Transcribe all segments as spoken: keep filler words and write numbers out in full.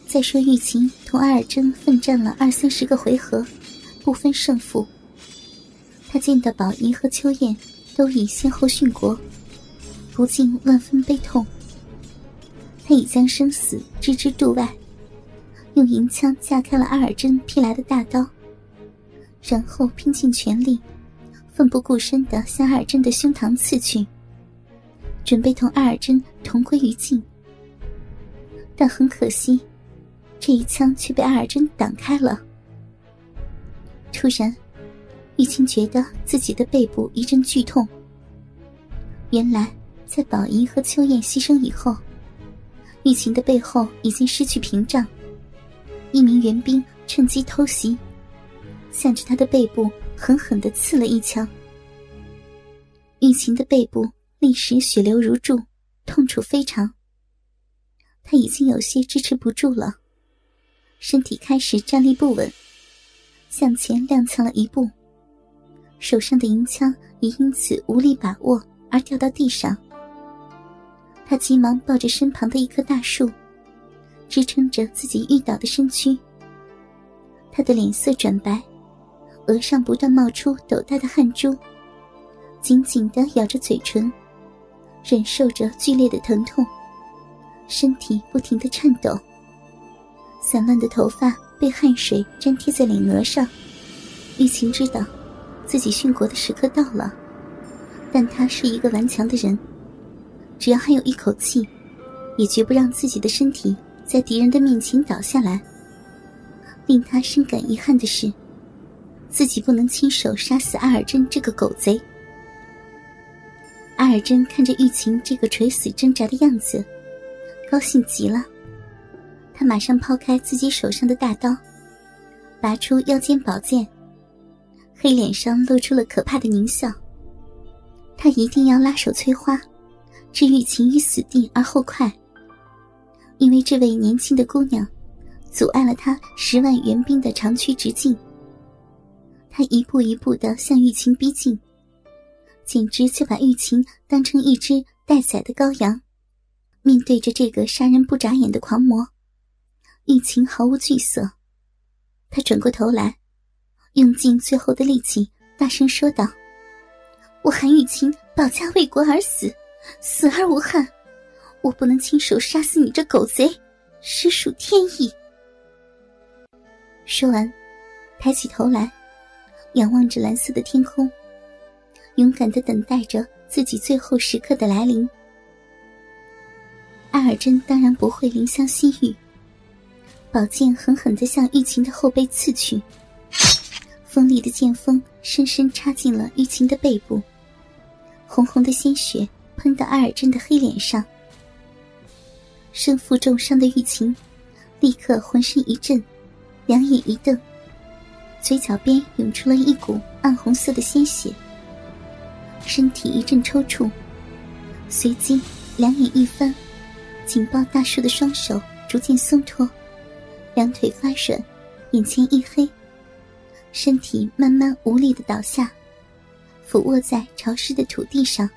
再说玉琴同阿尔真奋战了二三十个回合，不分胜负。他见到宝仪和秋燕都已先后殉国，不禁万分悲痛。他已将生死置之度外，用银枪架开了阿尔真劈来的大刀，然后拼尽全力，奋不顾身地向阿尔真的胸膛刺去，准备同阿尔真同归于尽。但很可惜，这一枪却被阿尔真挡开了。突然，玉琴觉得自己的背部一阵剧痛。原来在宝仪和秋燕牺牲以后，玉琴的背后已经失去屏障，一名援兵趁机偷袭，向着他的背部狠狠地刺了一枪。玉琴的背部立时血流如注，痛楚非常。他已经有些支持不住了，身体开始站立不稳，向前踉跄了一步，手上的银枪也因此无力把握而掉到地上。他急忙抱着身旁的一棵大树，支撑着自己晕倒的身躯。他的脸色转白，额上不断冒出斗大的汗珠，紧紧地咬着嘴唇，忍受着剧烈的疼痛，身体不停地颤抖，散乱的头发被汗水粘贴在脸额上。玉琴知道自己殉国的时刻到了，但他是一个顽强的人，只要还有一口气，也绝不让自己的身体在敌人的面前倒下来。令他深感遗憾的是，自己不能亲手杀死阿尔真这个狗贼。阿尔真看着玉琴这个垂死挣扎的样子，高兴极了。他马上抛开自己手上的大刀，拔出腰间宝剑，黑脸上露出了可怕的狞笑。他一定要拉手摧花，置玉琴于死地而后快，因为这位年轻的姑娘阻碍了他十万援兵的长驱直进。他一步一步地向玉琴逼近，简直就把玉琴当成一只待宰的羔羊。面对着这个杀人不眨眼的狂魔，玉琴毫无惧色。他转过头来，用尽最后的力气大声说道：我韩玉琴保家卫国而死，死而无憾，我不能亲手杀死你这狗贼，实属天意。说完，抬起头来，仰望着蓝色的天空，勇敢地等待着自己最后时刻的来临。阿尔真当然不会怜香惜玉，宝剑狠狠地向玉琴的后背刺去，锋利的剑锋深深插进了玉琴的背部，红红的鲜血喷到阿尔真的黑脸上。身负重伤的玉琴立刻浑身一震，两眼一瞪，嘴角边涌出了一股暗红色的鲜血，身体一阵抽搐，随即两眼一翻，紧抱大树的双手逐渐松脱，两腿发软，眼前一黑，身体慢慢无力地倒下，俯卧在潮湿的土地上。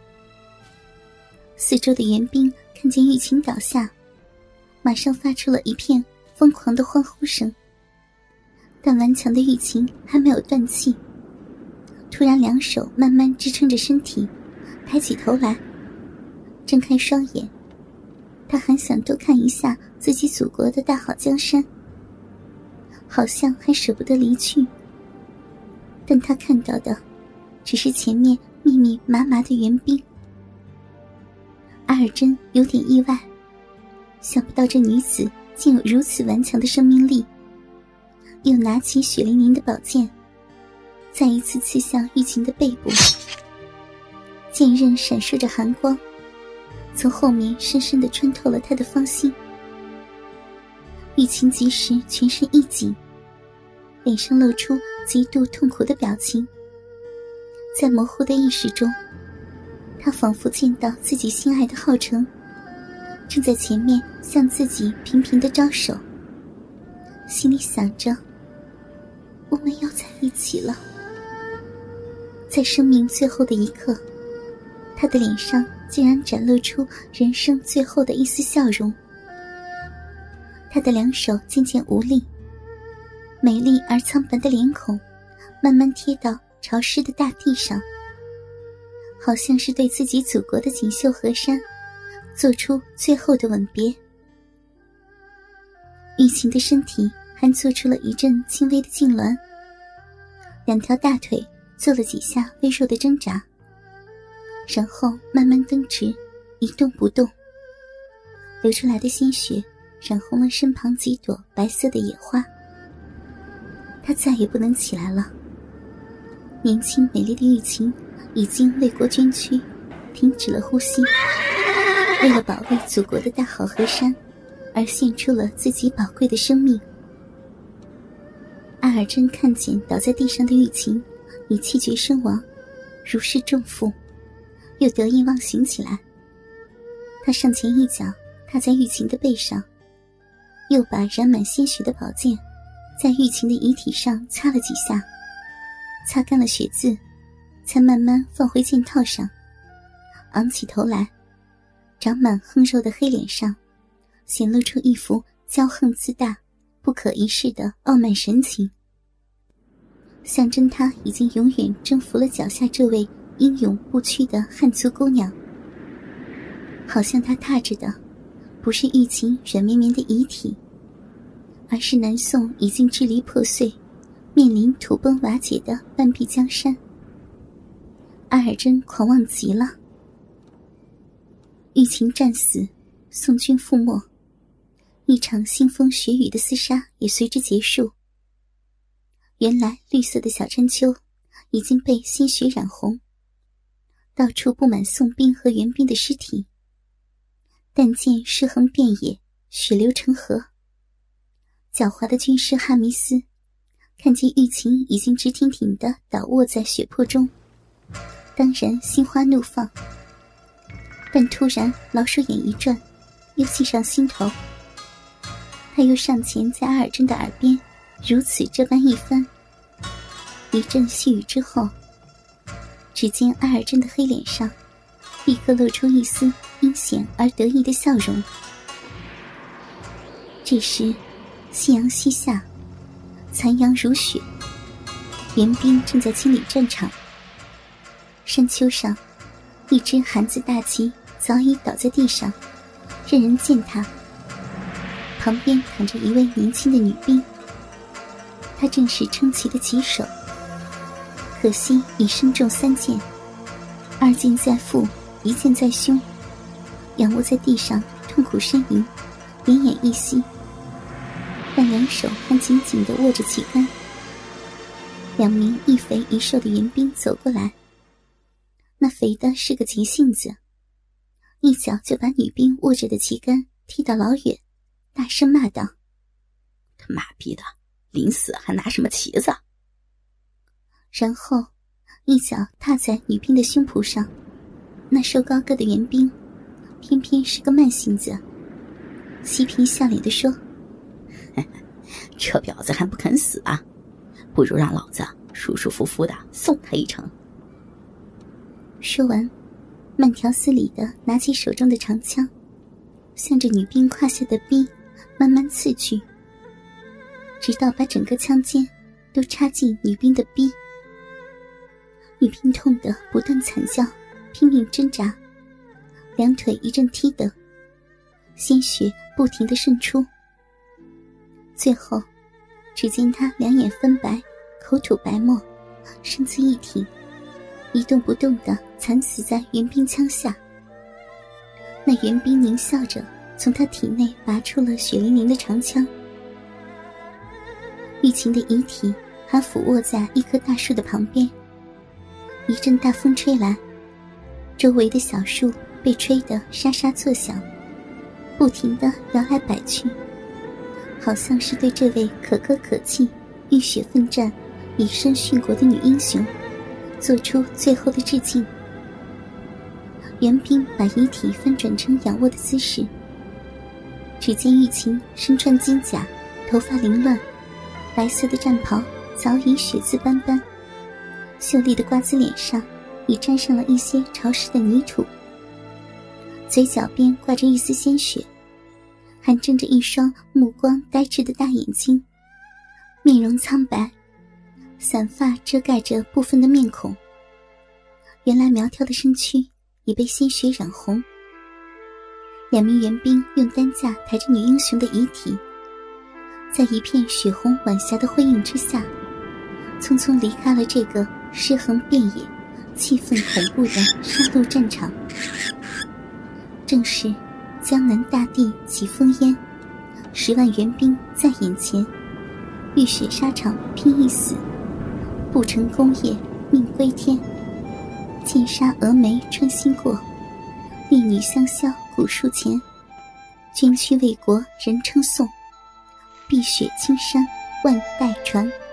四周的援兵看见玉琴倒下，马上发出了一片疯狂的欢呼声。但顽强的玉琴还没有断气，突然两手慢慢支撑着身体，抬起头来，睁开双眼。他很想多看一下自己祖国的大好江山，好像还舍不得离去，但他看到的只是前面密密麻麻的援兵。阿尔真有点意外，想不到这女子竟有如此顽强的生命力，又拿起血淋淋的宝剑，再一次刺向玉琴的背部。剑刃闪烁着寒光，从后面深深地穿透了他的芳心。玉琴及时全身一紧，脸上露出极度痛苦的表情。在模糊的意识中，他仿佛见到自己心爱的浩成正在前面向自己频频地招手，心里想着我们要在一起了。在生命最后的一刻，他的脸上竟然展露出人生最后的一丝笑容。 他的两手渐渐无力，美丽而苍白的脸孔慢慢贴到潮湿的大地上，好像是对自己祖国的锦绣河山做出最后的吻别。玉琴的身体还做出了一阵轻微的痉挛，两条大腿做了几下微弱的挣扎，然后慢慢蹬直，一动不动。流出来的鲜血染红了身旁几朵白色的野花。她再也不能起来了。年轻美丽的玉琴已经为国捐躯，停止了呼吸，为了保卫祖国的大好河山而献出了自己宝贵的生命。阿尔真看见倒在地上的玉琴已气绝身亡，如释重负，又得意忘形起来。他上前一脚踏在玉琴的背上，又把染满鲜血的宝剑在玉琴的遗体上擦了几下，擦干了血渍，才慢慢放回剑套上，昂起头来，长满横肉的黑脸上显露出一副骄横自大、不可一世的傲慢神情，象征他已经永远征服了脚下这位英勇不屈的汉族姑娘。好像他踏着的不是玉琴软绵绵的遗体，而是南宋已经支离破碎、面临土崩瓦解的半壁江山。阿尔真狂妄极了。玉琴战死，宋军覆没，一场腥风血雨的厮杀也随之结束。原来绿色的小山丘已经被鲜血染红，到处布满宋兵和援兵的尸体，弹箭尸横遍野，血流成河。狡猾的军师哈弥斯看见玉琴已经直挺挺地倒卧在血泊中，当然心花怒放，但突然老鼠眼一转，又系上心头。他又上前在阿尔真的耳边如此这般一番，一阵细语之后，只见阿尔真的黑脸上立刻露出一丝阴险而得意的笑容。这时夕阳西下，残阳如血，援兵正在清理战场。山丘上一只韩字大旗早已倒在地上，任人践踏。旁边躺着一位年轻的女兵，她正是撑旗的旗手，可惜已身中三箭，二箭在腹，一箭在胸，仰卧在地上痛苦呻吟，奄奄一息，但两手还紧紧地握着旗杆。两名一肥一瘦的援兵走过来，那肥的是个急性子，一脚就把女兵握着的旗杆踢到老远，大声骂道：“ 他妈逼的，临死还拿什么旗子？” 然后一脚踏在女兵的胸脯上。那瘦高个的援兵偏偏是个慢性子，嬉皮笑脸地说：“ 这婊子还不肯死啊，不如让老子舒舒服服的送他一程。” 说完，慢条斯理地拿起手中的长枪，向着女兵胯下的逼慢慢刺去，直到把整个枪尖都插进女兵的逼。女兵痛得不断惨叫，拼命挣扎，两腿一阵踢蹬，鲜血不停地渗出。最后只见她两眼翻白，口吐白沫，身子一挺，一动不动地惨死在援兵枪下。那援兵狞笑着从他体内拔出了血淋淋的长枪。玉琴的遗体还俯卧在一棵大树的旁边，一阵大风吹来，周围的小树被吹得沙沙作响，不停地摇来摆去，好像是对这位可歌可泣、浴血奋战、以身殉国的女英雄做出最后的致敬。援兵把遗体翻转成仰卧的姿势，只见玉琴身穿金甲，头发凌乱，白色的战袍早已血渍斑斑，秀丽的瓜子脸上已沾上了一些潮湿的泥土，嘴角边挂着一丝鲜血， 还睁着一双目光呆滞的大眼睛，面容苍白，散发遮盖着部分的面孔。原来苗条的身躯已被鲜血染红。两名援兵用担架抬着女英雄的遗体，在一片血红晚霞的辉映之下，匆匆离开了这个尸横遍野、气氛恐怖的杀戮战场。正是江南大地起烽烟，十万援兵在眼前，浴血沙场拼一死，不成功业命归天。剑杀峨眉穿心过，丽女香消古树前。捐躯为国人称颂，碧血青山万代传。